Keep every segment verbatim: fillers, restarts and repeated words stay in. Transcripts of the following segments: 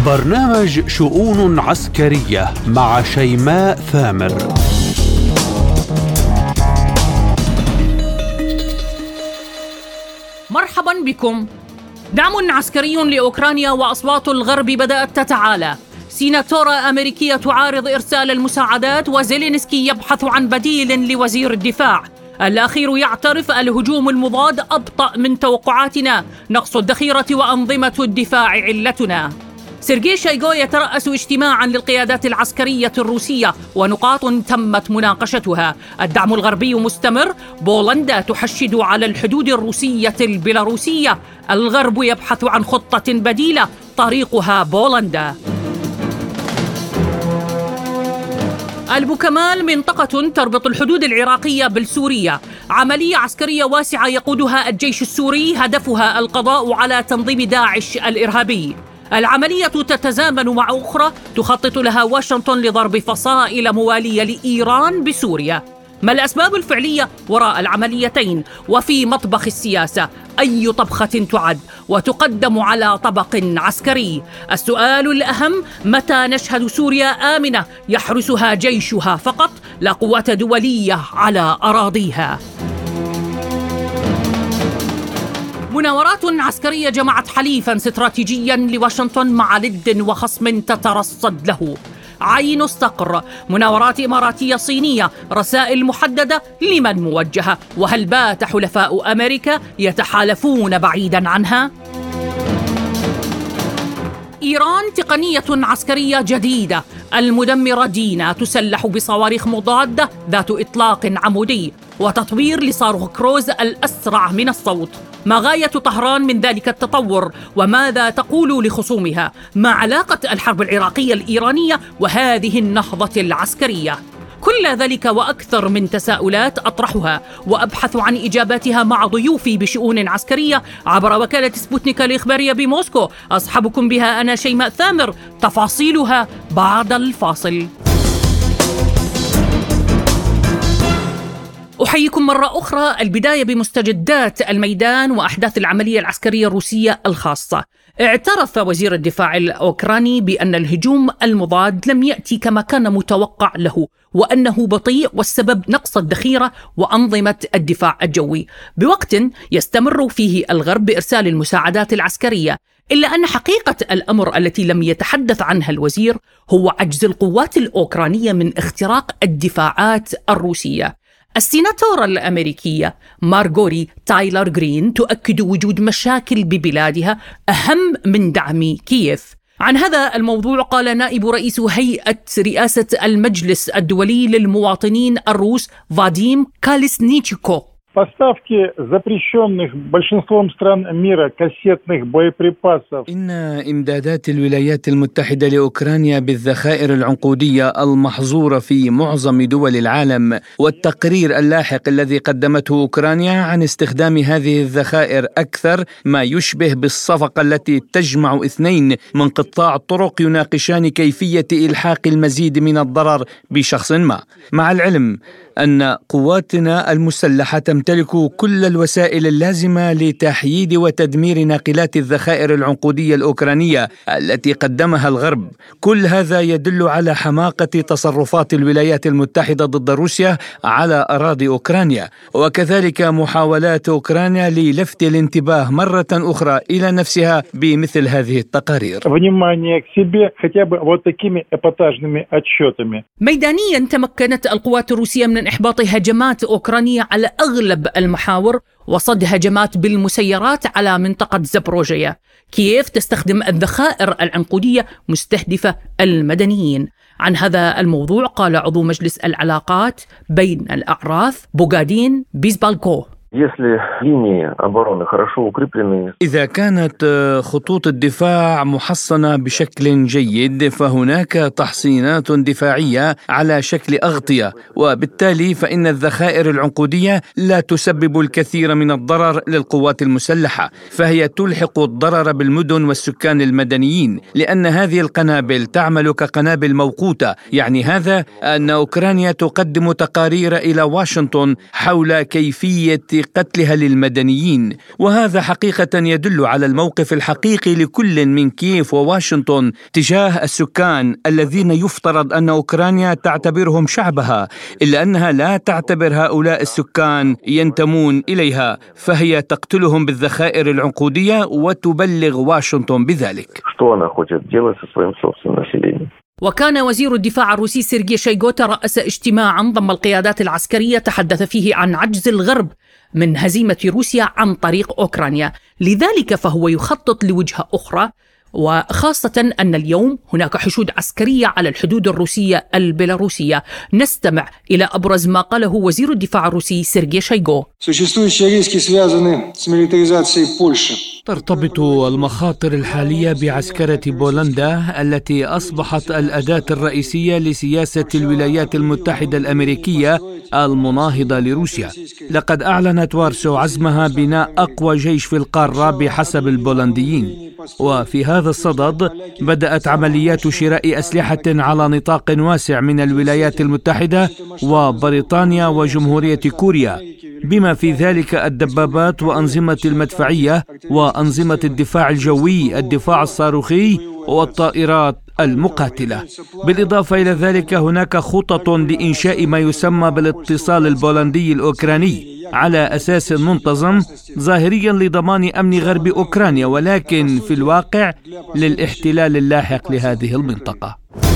برنامج شؤون عسكرية مع شيماء ثامر. مرحبا بكم. دعم عسكري لأوكرانيا وأصوات الغرب بدأت تتعالى. سيناتورة أمريكية تعارض إرسال المساعدات، وزيلينسكي يبحث عن بديل لوزير الدفاع. الأخير يعترف الهجوم المضاد أبطأ من توقعاتنا، نقص الذخيرة وأنظمة الدفاع علتنا. سيرجي شويغو يترأس اجتماعا للقيادات العسكرية الروسية ونقاط تمت مناقشتها. الدعم الغربي مستمر، بولندا تحشد على الحدود الروسية البيلاروسية، الغرب يبحث عن خطة بديلة طريقها بولندا. البوكمال منطقة تربط الحدود العراقية بالسورية، عملية عسكرية واسعة يقودها الجيش السوري، هدفها القضاء على تنظيم داعش الإرهابي. العملية تتزامن مع أخرى تخطط لها واشنطن لضرب فصائل موالية لإيران بسوريا. ما الأسباب الفعلية وراء العمليتين؟ وفي مطبخ السياسة أي طبخة تعد وتقدم على طبق عسكري؟ السؤال الأهم: متى نشهد سوريا آمنة يحرسها جيشها فقط، لا قوات دولية على أراضيها؟ مناورات عسكرية جمعت حليفاً استراتيجياً لواشنطن مع لد وخصم تترصد له. عين الصقر، مناورات إماراتية صينية، رسائل محددة لمن موجهة؟ وهل بات حلفاء أمريكا يتحالفون بعيداً عنها؟ إيران تقنية عسكرية جديدة، المدمرة دينا تسلح بصواريخ مضادة ذات إطلاق عمودي وتطوير لصاروخ كروز الأسرع من الصوت. ما غاية طهران من ذلك التطور؟ وماذا تقول لخصومها؟ ما علاقة الحرب العراقية الإيرانية وهذه النهضة العسكرية؟ كل ذلك وأكثر من تساؤلات أطرحها وأبحث عن إجاباتها مع ضيوفي بشؤون عسكرية عبر وكالة سبوتنيك الإخبارية بموسكو. أصحبكم بها أنا شيماء ثامر، تفاصيلها بعد الفاصل. أحييكم مرة أخرى. البداية بمستجدات الميدان وأحداث العملية العسكرية الروسية الخاصة. اعترف وزير الدفاع الأوكراني بأن الهجوم المضاد لم يأتي كما كان متوقع له، وأنه بطيء والسبب نقص الذخيرة وأنظمة الدفاع الجوي، بوقت يستمر فيه الغرب بإرسال المساعدات العسكرية. إلا أن حقيقة الأمر التي لم يتحدث عنها الوزير هو عجز القوات الأوكرانية من اختراق الدفاعات الروسية. السيناتورة الأمريكية مارغوري تايلر غرين تؤكد وجود مشاكل ببلادها أهم من دعم كييف. عن هذا الموضوع قال نائب رئيس هيئة رئاسة المجلس الدولي للمواطنين الروس فاديم كاليسنيتشيكو: Поставки запрещенных большинством стран мира кассетных боеприпасов. إن إمدادات الولايات المتحدة لأوكرانيا بالذخائر العنقودية المحظورة في معظم دول العالم، والتقرير اللاحق الذي قدمته أوكرانيا عن استخدام هذه الذخائر أكثر ما يشبه بالصفقة التي تجمع اثنين من قطاع الطرق يناقشان كيفية إلحاق المزيد من الضرر بشخص ما، مع العلم أن قواتنا المسلحة تمتلك كل الوسائل اللازمة لتحييد وتدمير ناقلات الذخائر العنقودية الأوكرانية التي قدمها الغرب. كل هذا يدل على حماقة تصرفات الولايات المتحدة ضد روسيا على أراضي أوكرانيا، وكذلك محاولات أوكرانيا للفت الانتباه مرة أخرى إلى نفسها بمثل هذه التقارير. ميدانيا تمكنت القوات الروسية من إحباط هجمات أوكرانية على أغلب المحاور وصد هجمات بالمسيرات على منطقة زابروجيا. كييف تستخدم الذخائر العنقودية مستهدفة المدنيين. عن هذا الموضوع قال عضو مجلس العلاقات بين الأعراف بوغادين بيزبالكو: إذا كانت خطوط الدفاع محصنة بشكل جيد فهناك تحصينات دفاعية على شكل أغطية، وبالتالي فإن الذخائر العنقودية لا تسبب الكثير من الضرر للقوات المسلحة، فهي تلحق الضرر بالمدن والسكان المدنيين، لأن هذه القنابل تعمل كقنابل موقوتة. يعني هذا أن أوكرانيا تقدم تقارير إلى واشنطن حول كيفية قتلها للمدنيين، وهذا حقيقة يدل على الموقف الحقيقي لكل من كييف وواشنطن تجاه السكان الذين يفترض أن أوكرانيا تعتبرهم شعبها، إلا أنها لا تعتبر هؤلاء السكان ينتمون إليها، فهي تقتلهم بالذخائر العنقودية وتبلغ واشنطن بذلك. وكان وزير الدفاع الروسي سيرجي شويغو ترأس اجتماعا ضم القيادات العسكرية تحدث فيه عن عجز الغرب من هزيمة روسيا عن طريق أوكرانيا، لذلك فهو يخطط لوجهة أخرى، وخاصة أن اليوم هناك حشود عسكرية على الحدود الروسية البيلاروسية. نستمع إلى أبرز ما قاله وزير الدفاع الروسي سيرجي شويغو. ترتبط المخاطر الحالية بعسكرة بولندا التي أصبحت الأداة الرئيسية لسياسة الولايات المتحدة الأمريكية المناهضة لروسيا. لقد أعلنت وارسو عزمها بناء أقوى جيش في القارة بحسب البولنديين، وفي هذا الصدد بدأت عمليات شراء أسلحة على نطاق واسع من الولايات المتحدة وبريطانيا وجمهورية كوريا، بما في ذلك الدبابات وأنظمة المدفعية وأنظمة الدفاع الجوي، الدفاع الصاروخي والطائرات المقاتلة. بالإضافة إلى ذلك هناك خطط لإنشاء ما يسمى بالاتصال البولندي الأوكراني على أساس منتظم ظاهريا لضمان أمن غرب أوكرانيا، ولكن في الواقع للاحتلال اللاحق لهذه المنطقة.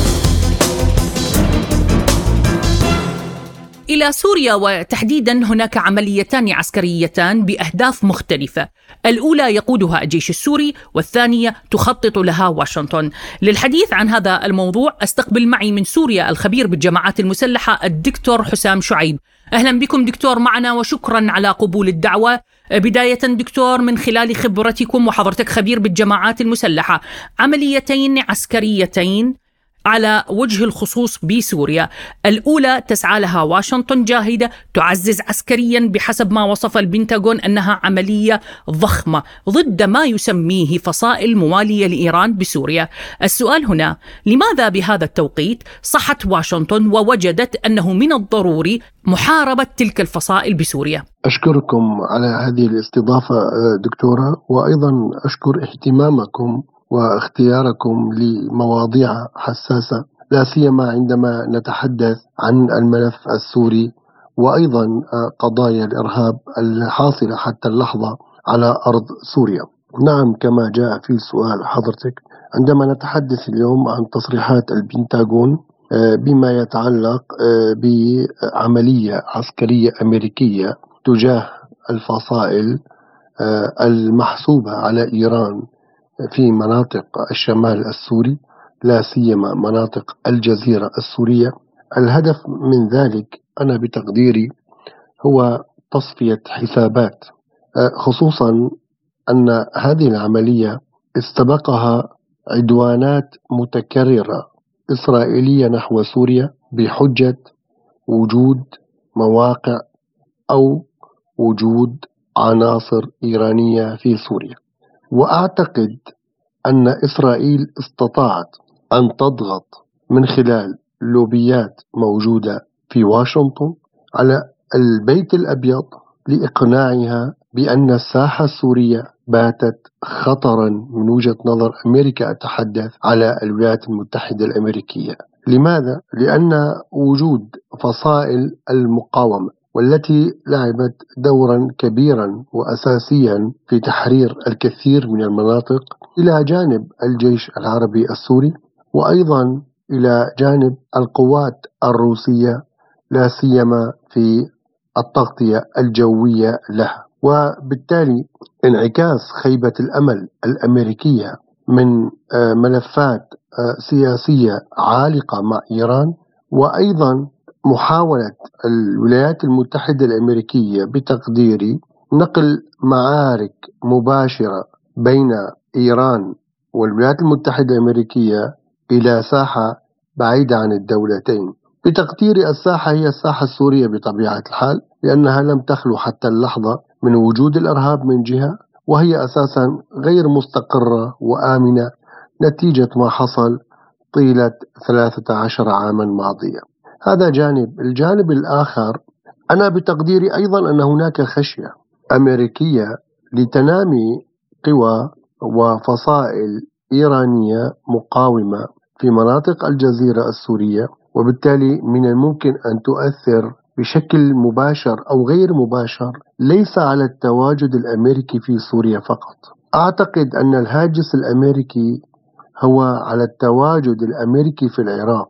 إلى سوريا، وتحديدا هناك عمليتان عسكريتان بأهداف مختلفة، الأولى يقودها الجيش السوري والثانية تخطط لها واشنطن. للحديث عن هذا الموضوع استقبل معي من سوريا الخبير بالجماعات المسلحة الدكتور حسام شعيب. أهلا بكم دكتور معنا وشكرا على قبول الدعوة. بداية دكتور، من خلال خبرتكم وحضرتك خبير بالجماعات المسلحة، عمليتين عسكريتين على وجه الخصوص بسوريا، الأولى تسعى لها واشنطن جاهدة تعزز عسكريا بحسب ما وصف البنتاغون أنها عملية ضخمة ضد ما يسميه فصائل موالية لإيران بسوريا. السؤال هنا، لماذا بهذا التوقيت صحت واشنطن ووجدت أنه من الضروري محاربة تلك الفصائل بسوريا؟ أشكركم على هذه الاستضافة دكتورة، وأيضا أشكر اهتمامكم واختياركم لمواضيع حساسة، لا سيما عندما نتحدث عن الملف السوري وأيضا قضايا الإرهاب الحاصلة حتى اللحظة على أرض سوريا. نعم، كما جاء في سؤال حضرتك، عندما نتحدث اليوم عن تصريحات البنتاغون بما يتعلق بعملية عسكرية أمريكية تجاه الفصائل المحسوبة على إيران في مناطق الشمال السوري، لا سيما مناطق الجزيرة السورية، الهدف من ذلك أنا بتقديري هو تصفية حسابات، خصوصا أن هذه العملية استبقها عدوانات متكررة إسرائيلية نحو سوريا بحجة وجود مواقع أو وجود عناصر إيرانية في سوريا. وأعتقد أن إسرائيل استطاعت أن تضغط من خلال لوبيات موجودة في واشنطن على البيت الأبيض لإقناعها بأن الساحة السورية باتت خطرا من وجهة نظر أمريكا، أتحدث على الولايات المتحدة الأمريكية. لماذا؟ لأن وجود فصائل المقاومة والتي لعبت دورا كبيرا وأساسيا في تحرير الكثير من المناطق إلى جانب الجيش العربي السوري، وأيضا إلى جانب القوات الروسية، لا سيما في التغطية الجوية لها. وبالتالي انعكاس خيبة الأمل الأمريكية من ملفات سياسية عالقة مع إيران، وأيضا محاولة الولايات المتحدة الأمريكية بتقديري نقل معارك مباشرة بين إيران والولايات المتحدة الأمريكية إلى ساحة بعيدة عن الدولتين. بتقديري الساحة هي الساحة السورية بطبيعة الحال، لأنها لم تخلو حتى اللحظة من وجود الإرهاب من جهة، وهي أساسا غير مستقرة وآمنة نتيجة ما حصل طيلة ثلاثة عشر عاما ماضية. هذا جانب. الجانب الآخر أنا بتقديري أيضا أن هناك خشية أمريكية لتنامي قوى وفصائل إيرانية مقاومة في مناطق الجزيرة السورية، وبالتالي من الممكن أن تؤثر بشكل مباشر أو غير مباشر ليس على التواجد الأمريكي في سوريا فقط. أعتقد أن الهاجس الأمريكي هو على التواجد الأمريكي في العراق،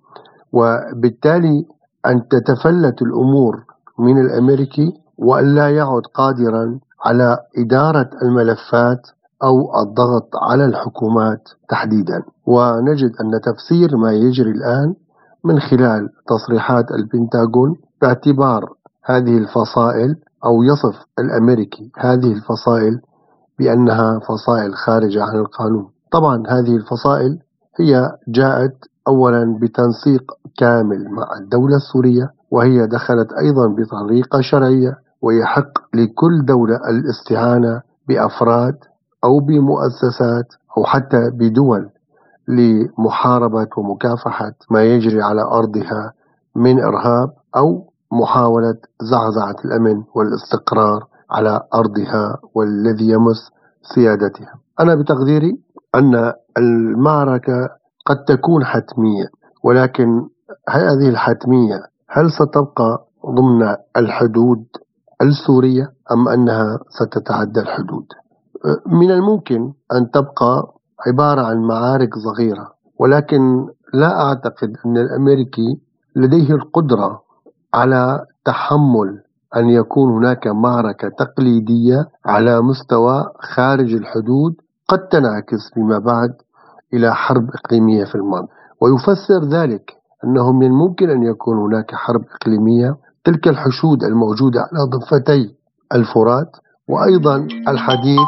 وبالتالي أن تتفلت الأمور من الأمريكي وأن لا يعد قادرا على إدارة الملفات أو الضغط على الحكومات تحديدا. ونجد أن تفسير ما يجري الآن من خلال تصريحات البنتاغون باعتبار هذه الفصائل، أو يصف الأمريكي هذه الفصائل بأنها فصائل خارجة عن القانون. طبعا هذه الفصائل هي جاءت أولا بتنسيق كامل مع الدولة السورية، وهي دخلت أيضا بطريقة شرعية، ويحق لكل دولة الاستعانة بأفراد أو بمؤسسات أو حتى بدول لمحاربة ومكافحة ما يجري على أرضها من إرهاب أو محاولة زعزعة الأمن والاستقرار على أرضها والذي يمس سيادتها. أنا بتقديري أن المعركة قد تكون حتمية، ولكن هذه الحتمية هل ستبقى ضمن الحدود السورية أم أنها ستتعدى الحدود؟ من الممكن أن تبقى عبارة عن معارك صغيرة، ولكن لا أعتقد أن الأمريكي لديه القدرة على تحمل أن يكون هناك معركة تقليدية على مستوى خارج الحدود قد تنعكس فيما بعد إلى حرب إقليمية في المنطقة. ويفسر ذلك أنه من الممكن أن يكون هناك حرب إقليمية تلك الحشود الموجودة على ضفتي الفرات، وأيضا الحديث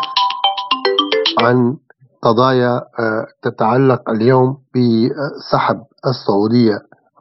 عن قضايا تتعلق اليوم بسحب السعودية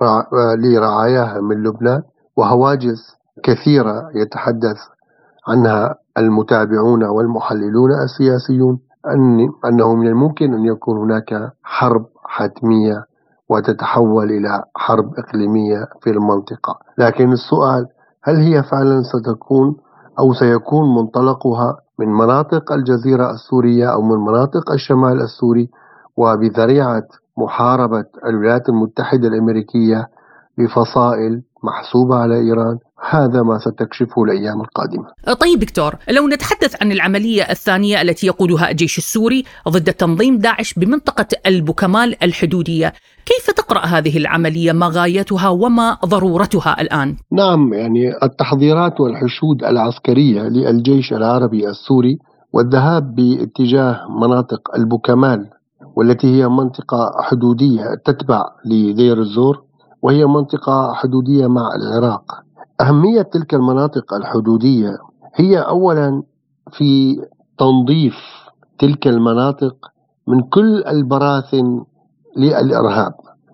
لرعاياها من لبنان، وهواجس كثيرة يتحدث عنها المتابعون والمحللون السياسيون أن أنه من الممكن أن يكون هناك حرب حتمية وتتحول إلى حرب إقليمية في المنطقة. لكن السؤال هل هي فعلا ستكون أو سيكون منطلقها من مناطق الجزيرة السورية أو من مناطق الشمال السوري وبذريعة محاربة الولايات المتحدة الأمريكية بفصائل محسوبة على إيران؟ هذا ما ستكشفه الأيام القادمة. طيب دكتور، لو نتحدث عن العملية الثانية التي يقودها الجيش السوري ضد تنظيم داعش بمنطقة البوكمال الحدودية، كيف تقرأ هذه العملية؟ ما غايتها وما ضرورتها الآن؟ نعم، يعني التحضيرات والحشود العسكرية للجيش العربي السوري والذهاب باتجاه مناطق البوكمال، والتي هي منطقة حدودية تتبع لدير الزور، وهي منطقة حدودية مع العراق. أهمية تلك المناطق الحدودية هي أولا في تنظيف تلك المناطق من كل البراثن للإرهاب،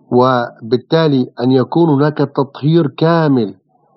وبالتالي أن يكون هناك تطهير كامل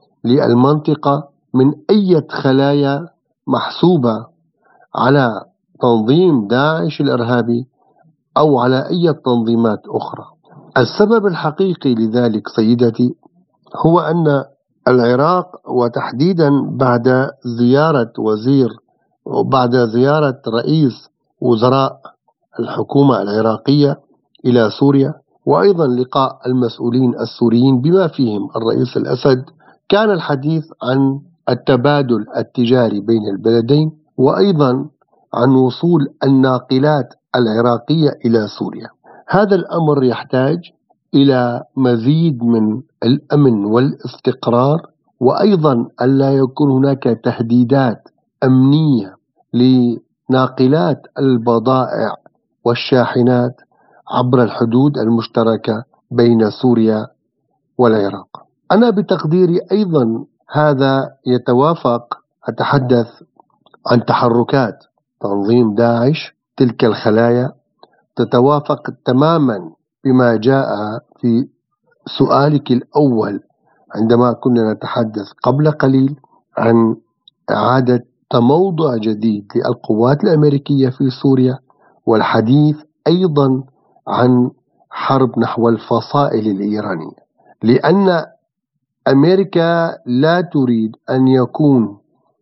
للمنطقة من أي خلايا محسوبة على تنظيم داعش الإرهابي أو على أي تنظيمات أخرى. السبب الحقيقي لذلك سيدتي هو أن العراق، وتحديدا بعد زيارة وزير وبعد زيارة رئيس وزراء الحكومة العراقية إلى سوريا، وأيضا لقاء المسؤولين السوريين بما فيهم الرئيس الأسد، كان الحديث عن التبادل التجاري بين البلدين، وأيضا عن وصول الناقلات العراقية إلى سوريا. هذا الأمر يحتاج إلى مزيد من الأمن والاستقرار، وأيضا ألا يكون هناك تهديدات أمنية لناقلات البضائع والشاحنات عبر الحدود المشتركة بين سوريا والعراق. أنا بتقديري أيضا هذا يتوافق، أتحدث عن تحركات تنظيم داعش، تلك الخلايا تتوافق تماما بما جاء في سؤالك الأول عندما كنا نتحدث قبل قليل عن إعادة تموضع جديد للقوات الأمريكية في سوريا، والحديث أيضا عن حرب نحو الفصائل الإيرانية، لأن أمريكا لا تريد أن يكون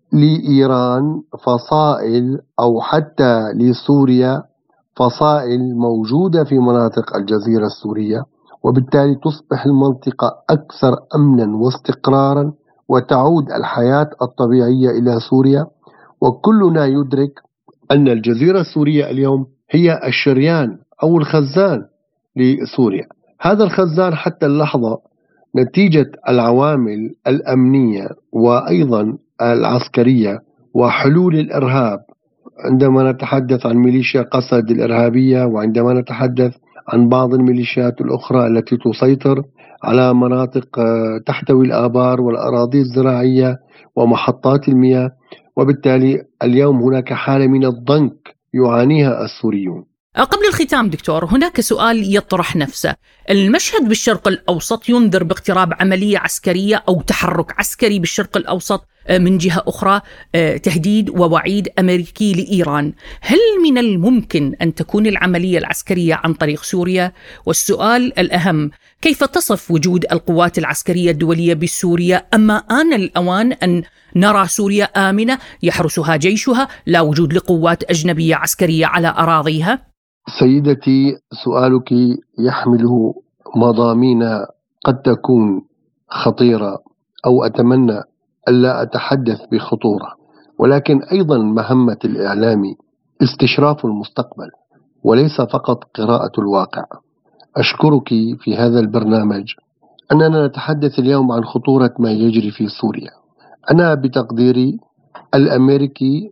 لإيران فصائل أو حتى لسوريا فصائل موجودة في مناطق الجزيرة السورية، وبالتالي تصبح المنطقة أكثر أمنا واستقرارا وتعود الحياة الطبيعية إلى سوريا. وكلنا يدرك أن الجزيرة السورية اليوم هي الشريان أو الخزان لسوريا. هذا الخزان حتى اللحظة نتيجة العوامل الأمنية وأيضا العسكرية وحلول الإرهاب، عندما نتحدث عن ميليشيا قسد الإرهابية، وعندما نتحدث عن بعض الميليشيات الأخرى التي تسيطر على مناطق تحتوي الآبار والأراضي الزراعية ومحطات المياه، وبالتالي اليوم هناك حالة من الضنك يعانيها السوريون. قبل الختام دكتور، هناك سؤال يطرح نفسه. المشهد بالشرق الأوسط ينذر باقتراب عملية عسكرية أو تحرك عسكري بالشرق الأوسط، من جهة أخرى تهديد ووعيد أمريكي لإيران. هل من الممكن أن تكون العملية العسكرية عن طريق سوريا؟ والسؤال الأهم، كيف تصف وجود القوات العسكرية الدولية بسوريا؟ أما آن الأوان أن نرى سوريا آمنة يحرسها جيشها، لا وجود لقوات أجنبية عسكرية على أراضيها؟ سيدتي، سؤالك يحمل مضامين قد تكون خطيرة، أو أتمنى ألا أتحدث بخطورة، ولكن أيضا مهمة الإعلام استشراف المستقبل وليس فقط قراءة الواقع. أشكرك في هذا البرنامج أننا نتحدث اليوم عن خطورة ما يجري في سوريا. أنا بتقديري الأمريكي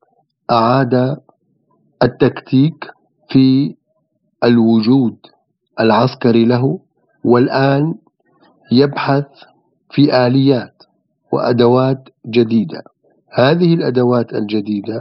أعاد التكتيك في الوجود العسكري له، والآن يبحث في آليات وأدوات جديدة. هذه الأدوات الجديدة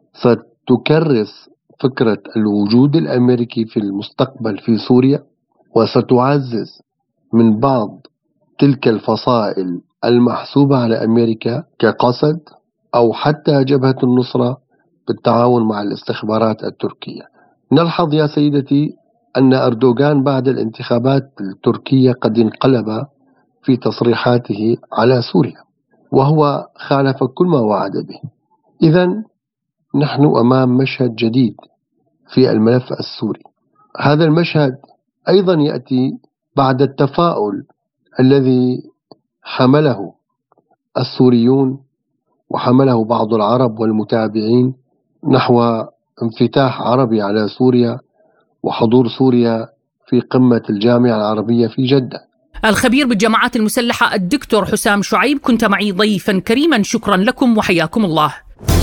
ستكرس فكرة الوجود الأمريكي في المستقبل في سوريا، وستعزز من بعض تلك الفصائل المحسوبة على أمريكا كقسد أو حتى جبهة النصرة بالتعاون مع الاستخبارات التركية. نلحظ يا سيدتي أن أردوغان بعد الانتخابات التركية قد انقلب في تصريحاته على سوريا، وهو خالف كل ما وعد به. إذن نحن أمام مشهد جديد في الملف السوري. هذا المشهد أيضا يأتي بعد التفاؤل الذي حمله السوريون وحمله بعض العرب والمتابعين نحو انفتاح عربي على سوريا وحضور سوريا في قمة الجامعة العربية في جدة. الخبير بالجماعات المسلحة الدكتور حسام شعيب، كنت معي ضيفا كريما، شكرا لكم وحياكم الله.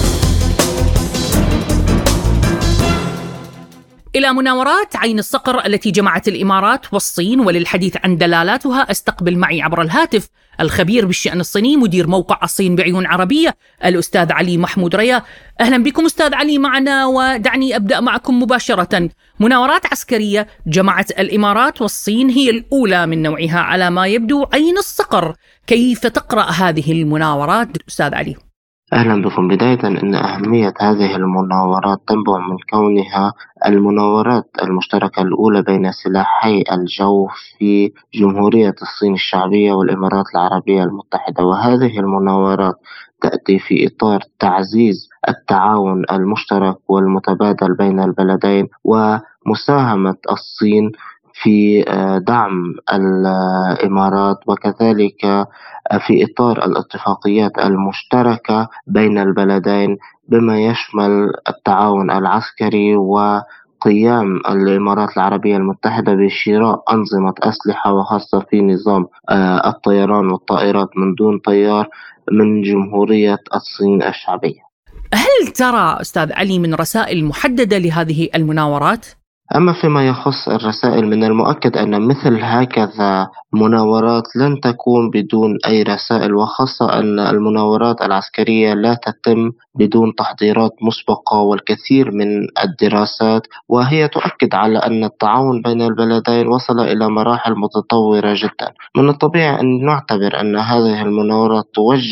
إلى مناورات عين الصقر التي جمعت الإمارات والصين، وللحديث عن دلالاتها أستقبل معي عبر الهاتف الخبير بالشأن الصيني مدير موقع الصين بعيون عربية الأستاذ علي محمود ريا. أهلا بكم أستاذ علي معنا، ودعني أبدأ معكم مباشرة. مناورات عسكرية جمعت الإمارات والصين هي الأولى من نوعها على ما يبدو عين الصقر، كيف تقرأ هذه المناورات أستاذ علي؟ أهلا بكم. بداية أن أهمية هذه المناورات تنبع من كونها المناورات المشتركة الأولى بين سلاحي الجو في جمهورية الصين الشعبية والإمارات العربية المتحدة، وهذه المناورات تأتي في إطار تعزيز التعاون المشترك والمتبادل بين البلدين، ومساهمة الصين في دعم الإمارات، وكذلك في إطار الاتفاقيات المشتركة بين البلدين بما يشمل التعاون العسكري وقيام الإمارات العربية المتحدة بشراء أنظمة أسلحة، وخاصة في نظام الطيران والطائرات من دون طيار من جمهورية الصين الشعبية. هل ترى أستاذ علي من رسائل محددة لهذه المناورات؟ أما فيما يخص الرسائل، من المؤكد أن مثل هكذا مناورات لن تكون بدون أي رسائل، وخاصة أن المناورات العسكرية لا تتم بدون تحضيرات مسبقة والكثير من الدراسات، وهي تؤكد على أن التعاون بين البلدين وصل إلى مراحل متطورة جدا. من الطبيعي أن نعتبر أن هذه المناورات توجه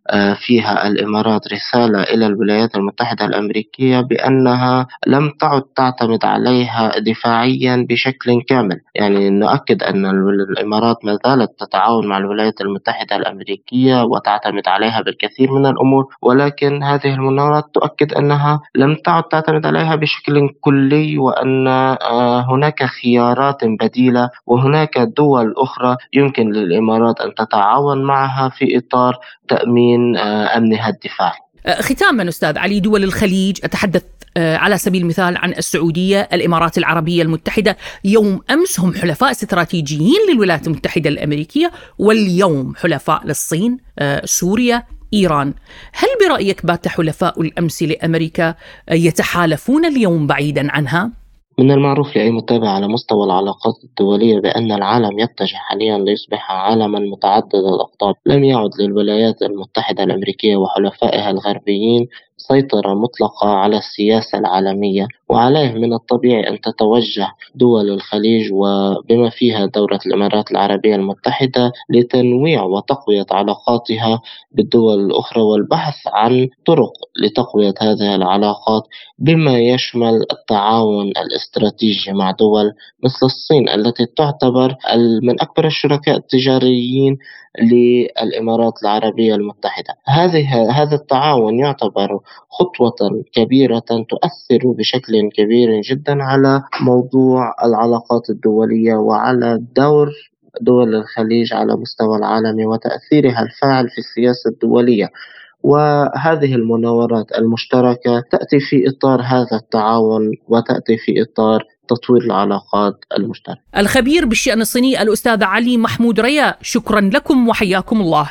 فيها الإمارات رسالة إلى الولايات المتحدة الأمريكية بأنها لم تعد تعتمد عليها دفاعيا بشكل كامل. يعني نؤكد أن الإمارات ما زالت تتعاون مع الولايات المتحدة الأمريكية وتعتمد عليها بالكثير من الأمور، ولكن هذه المناورات تؤكد أنها لم تعد تعتمد عليها بشكل كلي، وأن هناك خيارات بديلة وهناك دول أخرى يمكن للإمارات أن تتعاون معها في إطار تأمين أمنها الدفاعي. ختاما أستاذ علي، دول الخليج، أتحدث على سبيل المثال عن السعودية، الإمارات العربية المتحدة، يوم أمس هم حلفاء استراتيجيين للولايات المتحدة الأمريكية، واليوم حلفاء للصين، سوريا، إيران. هل برأيك بات حلفاء الأمس لأمريكا يتحالفون اليوم بعيدا عنها؟ من المعروف لأي متابع على مستوى العلاقات الدولية بأن العالم يتجه حاليا ليصبح عالما متعدد الأقطاب. لم يعد للولايات المتحدة الأمريكية وحلفائها الغربيين سيطرة مطلقة على السياسة العالمية، وعليه من الطبيعي أن تتوجه دول الخليج وبما فيها دولة الإمارات العربية المتحدة لتنويع وتقوية علاقاتها بالدول الأخرى والبحث عن طرق لتقوية هذه العلاقات، بما يشمل التعاون الاستراتيجي مع دول مثل الصين التي تعتبر من أكبر الشركاء التجاريين للإمارات العربية المتحدة. هذه هذا التعاون يعتبر خطوة كبيرة تؤثر بشكل كبير جدا على موضوع العلاقات الدولية وعلى دور دول الخليج على مستوى العالم وتأثيرها الفاعل في السياسة الدولية. وهذه المناورات المشتركة تأتي في إطار هذا التعاون وتأتي في إطار تطوير العلاقات المشتركة. الخبير بالشأن الصيني الأستاذ علي محمود ريا، شكرا لكم وحياكم الله.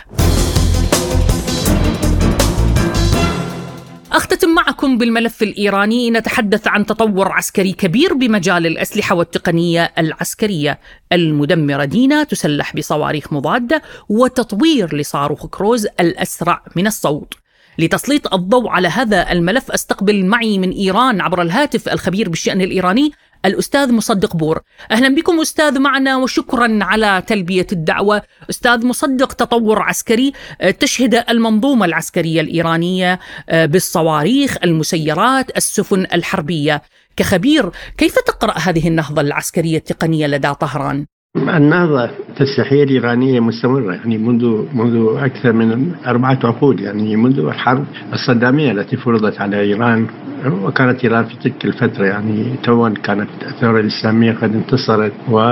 أختتم معكم بالملف الإيراني. نتحدث عن تطور عسكري كبير بمجال الأسلحة والتقنية العسكرية. المدمرة دينا تسلح بصواريخ مضادة، وتطوير لصاروخ كروز الأسرع من الصوت. لتسليط الضوء على هذا الملف أستقبل معي من إيران عبر الهاتف الخبير بالشأن الإيراني الأستاذ مصدق بور. أهلا بكم أستاذ معنا، وشكرا على تلبية الدعوة. أستاذ مصدق، تطور عسكري تشهد المنظومة العسكرية الإيرانية بالصواريخ، المسيرات، السفن الحربية. كخبير، كيف تقرأ هذه النهضة العسكرية التقنية لدى طهران؟ النهضة التسليحية الإيرانية مستمرة، يعني منذ منذ أكثر من أربعة عقود، يعني منذ الحرب الصدامية التي فرضت على إيران. وكانت إيران في تلك الفترة يعني توان كانت الثورة الإسلامية قد انتصرت،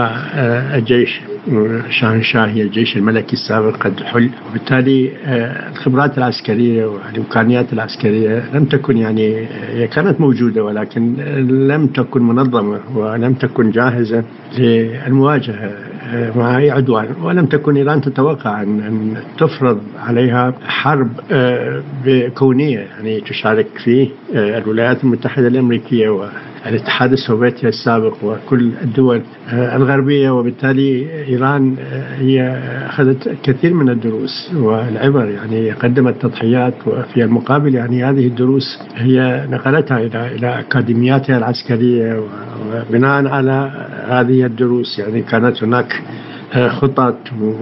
والجيش شاهنشاهي الجيش الملكي السابق قد حل، وبالتالي الخبرات العسكرية والإمكانيات العسكرية لم تكن يعني هي كانت موجودة، ولكن لم تكن منظمة ولم تكن جاهزة للمواجهة مع أي عدوان. ولم تكن إيران تتوقع أن تفرض عليها حرب كونية يعني تشارك فيه الولايات المتحدة الأمريكية والاتحاد السوفيتي السابق وكل الدول الغربية. وبالتالي إيران هي أخذت كثير من الدروس والعبر، يعني قدمت تضحيات، وفي المقابل يعني هذه الدروس هي نقلتها إلى إلى أكاديمياتها العسكرية. وبناء على هذه الدروس يعني كانت هناك خطط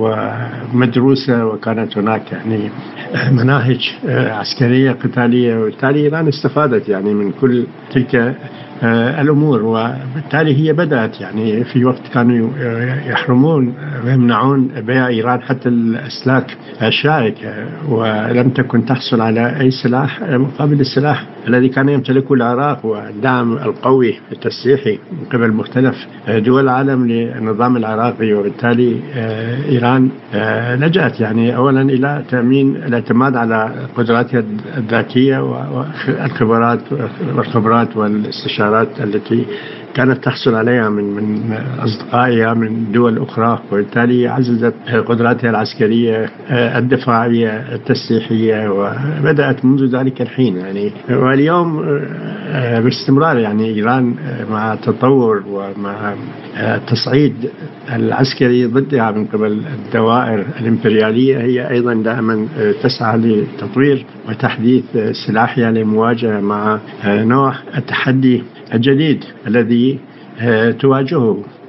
ومدروسة، وكانت هناك يعني مناهج عسكرية قتالية، وبالتالي إيران استفادت يعني من كل تلك الأمور. وبالتالي هي بدأت يعني في وقت كانوا يحرمون ويمنعون بيع إيران حتى الأسلاك الشائكة، ولم تكن تحصل على أي سلاح مقابل السلاح الذي كان يمتلكه العراق والدعم القوي التسليحي من قبل مختلف دول العالم للنظام العراقي. وبالتالي إيران لجأت يعني أولا إلى تأمين الاعتماد على قدراتها الذاتية والخبرات والخبرات والاستشارات التي كانت تحصل عليها من من أصدقائها من دول أخرى، وبالتالي عززت قدراتها العسكرية الدفاعية التسليحية، وبدأت منذ ذلك الحين يعني. واليوم باستمرار يعني إيران مع التطور ومع التصعيد العسكري ضدها من قبل الدوائر الإمبريالية، هي أيضا دائما تسعى لتطوير وتحديث سلاحها للمواجهة مع نوع التحدي الجديد الذي تواجهه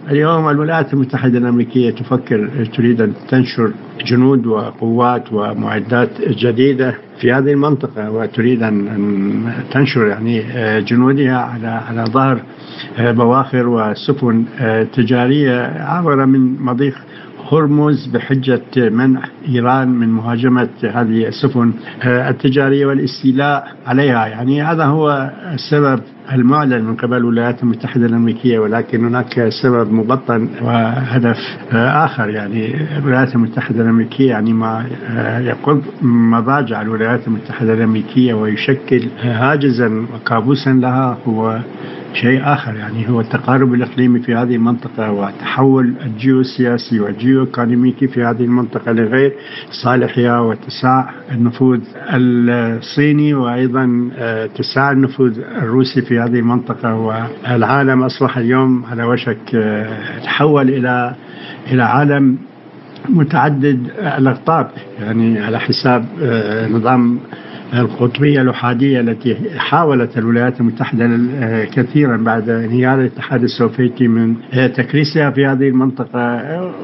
اليوم الولايات المتحدة الأمريكية تفكر تريد أن تنشر جنود وقوات ومعدات جديدة في هذه المنطقة، وتريد أن تنشر يعني جنودها على على ظهر بواخر وسفن تجارية عابرة من مضيق هرمز بحجة منع إيران من مهاجمة هذه السفن التجارية والاستيلاء عليها. يعني هذا هو السبب المعلن من قبل الولايات المتحدة الأمريكية، ولكن هناك سبب مبطن وهدف آخر. يعني الولايات المتحدة الأمريكية يعني ما يقض مضاجع الولايات المتحدة الأمريكية ويشكل هاجزا وكابوسا لها هو شيء آخر، يعني هو التقارب الإقليمي في هذه المنطقة والتحول الجيوسياسي والجيوإقليمي في هذه المنطقة لغير صالحها، واتساع النفوذ الصيني وأيضا اتساع النفوذ الروسي في هذه المنطقة. والعالم أصبح اليوم على وشك تحول إلى إلى عالم متعدد الأقطاب، يعني على حساب نظام القطبية الأحادية التي حاولت الولايات المتحدة كثيرا بعد انهيار الاتحاد السوفيتي من تكريسها في هذه المنطقة،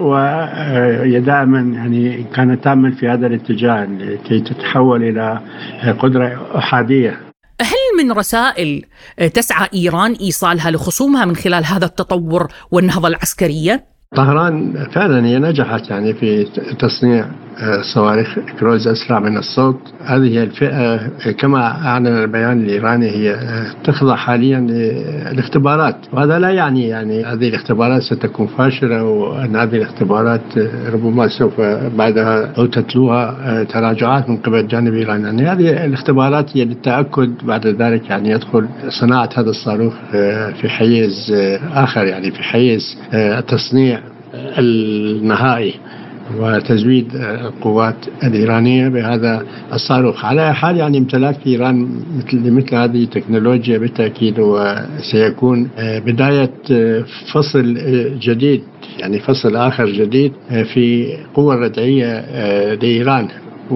ودائما يعني كانت تعمل في هذا الاتجاه لكي تتحول إلى قدرة أحادية. هل من رسائل تسعى إيران إيصالها لخصومها من خلال هذا التطور والنهضة العسكرية؟ طهران فعلا هي نجحت يعني في تصنيع صواريخ كروز أسرع من الصوت. هذه الفئة كما أعلن البيان الإيراني هي تخضع حاليا للاختبارات، وهذا لا يعني يعني هذه الاختبارات ستكون فاشلة، وأن هذه الاختبارات ربما سوف بعدها أو تتلوها تراجعات من قبل الجانب الإيراني. يعني هذه الاختبارات هي للتأكد بعد ذلك يعني يدخل صناعة هذا الصاروخ في حيز آخر، يعني في حيز التصنيع النهائي وتزويد القوات الإيرانية بهذا الصاروخ. على حال يعني امتلاك إيران مثل مثل هذه التكنولوجيا بالتأكيد وسيكون بداية فصل جديد، يعني فصل آخر جديد في قوة ردعية لإيران.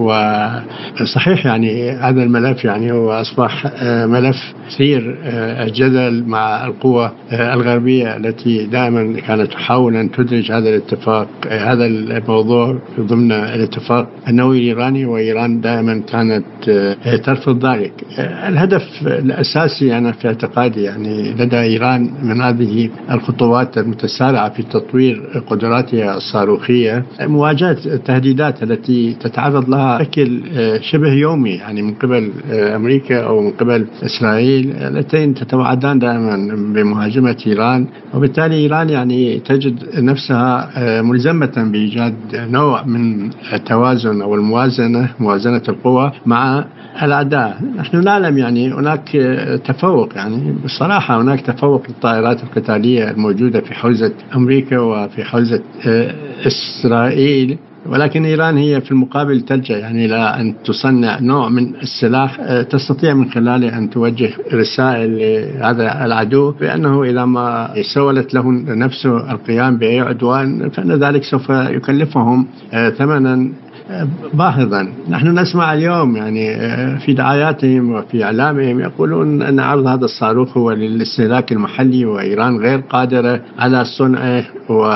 وصحيح يعني هذا الملف يعني هو أصبح ملف كثير الجدل مع القوى الغربية التي دائما كانت تحاول أن تدرج هذا الاتفاق هذا الموضوع ضمن الاتفاق النووي الإيراني، وإيران دائما كانت ترفض ذلك. الهدف الأساسي أنا في اعتقادي يعني لدى إيران من هذه الخطوات المتسارعة في تطوير قدراتها الصاروخية مواجهة التهديدات التي تتعرض لها بشكل شبه يومي يعني من قبل أمريكا أو من قبل إسرائيل، اللتين تتوعدان دائما بمهاجمة إيران، وبالتالي إيران يعني تجد نفسها ملزمة بإيجاد نوع من التوازن أو الموازنة موازنة القوى مع الأعداء. نحن نعلم يعني هناك تفوق، يعني بصراحة هناك تفوق للطائرات القتالية الموجودة في حوزة أمريكا وفي حوزة إسرائيل، ولكن إيران هي في المقابل تلجأ يعني إلى أن تصنع نوع من السلاح تستطيع من خلاله أن توجه رسائل لهذا العدو بأنه إذا ما سولت له نفسه القيام بأي عدوان فإن ذلك سوف يكلفهم ثمنا باهظا. نحن نسمع اليوم يعني في دعاياتهم وفي إعلامهم يقولون أن عرض هذا الصاروخ هو للاستهلاك المحلي وإيران غير قادرة على صنعه،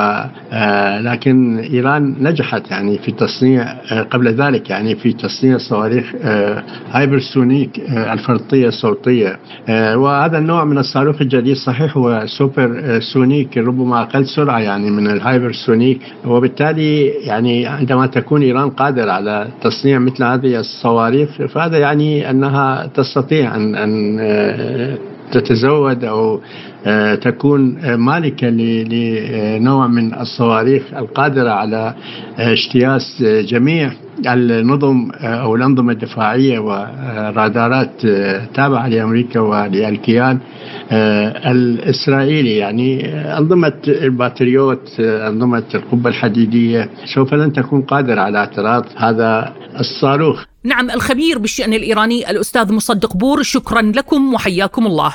ولكن إيران نجحت يعني في تصنيع قبل ذلك يعني في تصنيع صواريخ هايبرسونيك الفرطية الصوتية، وهذا النوع من الصاروخ الجديد صحيح هو سوبر سونيك ربما أقل سرعة يعني من الهايبرسونيك، وبالتالي يعني عندما تكون إيران قادرة على تصنيع مثل هذه الصواريخ فهذا يعني أنها تستطيع أن أن تتزود أو تكون مالكة لنوع من الصواريخ القادرة على اجتياز جميع النظم أو الأنظمة الدفاعية والرادارات تابعة لأمريكا وللكيان الإسرائيلي. يعني أنظمة الباتريوت أنظمة القبة الحديدية سوف لن تكون قادرة على اعتراض هذا الصاروخ. نعم، الخبير بالشأن الإيراني الأستاذ مصدق بور، شكرا لكم وحياكم الله.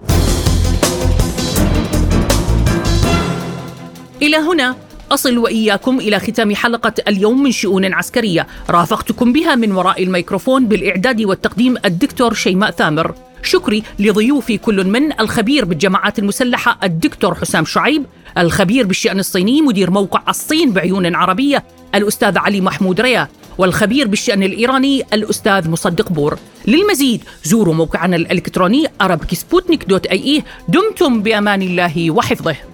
إلى هنا أصل وإياكم إلى ختام حلقة اليوم من شؤون عسكرية، رافقتكم بها من وراء الميكروفون بالإعداد والتقديم الدكتور شيماء ثامر. شكري لضيوفي كل من الخبير بالجماعات المسلحة الدكتور حسام شعيب، الخبير بالشأن الصيني مدير موقع الصين بعيون عربية الأستاذ علي محمود ريا، والخبير بالشأن الإيراني الأستاذ مصدق بور. للمزيد زوروا موقعنا الإلكتروني أرابيك سبوتنيك دوت آي إي. دمتم بأمان الله وحفظه.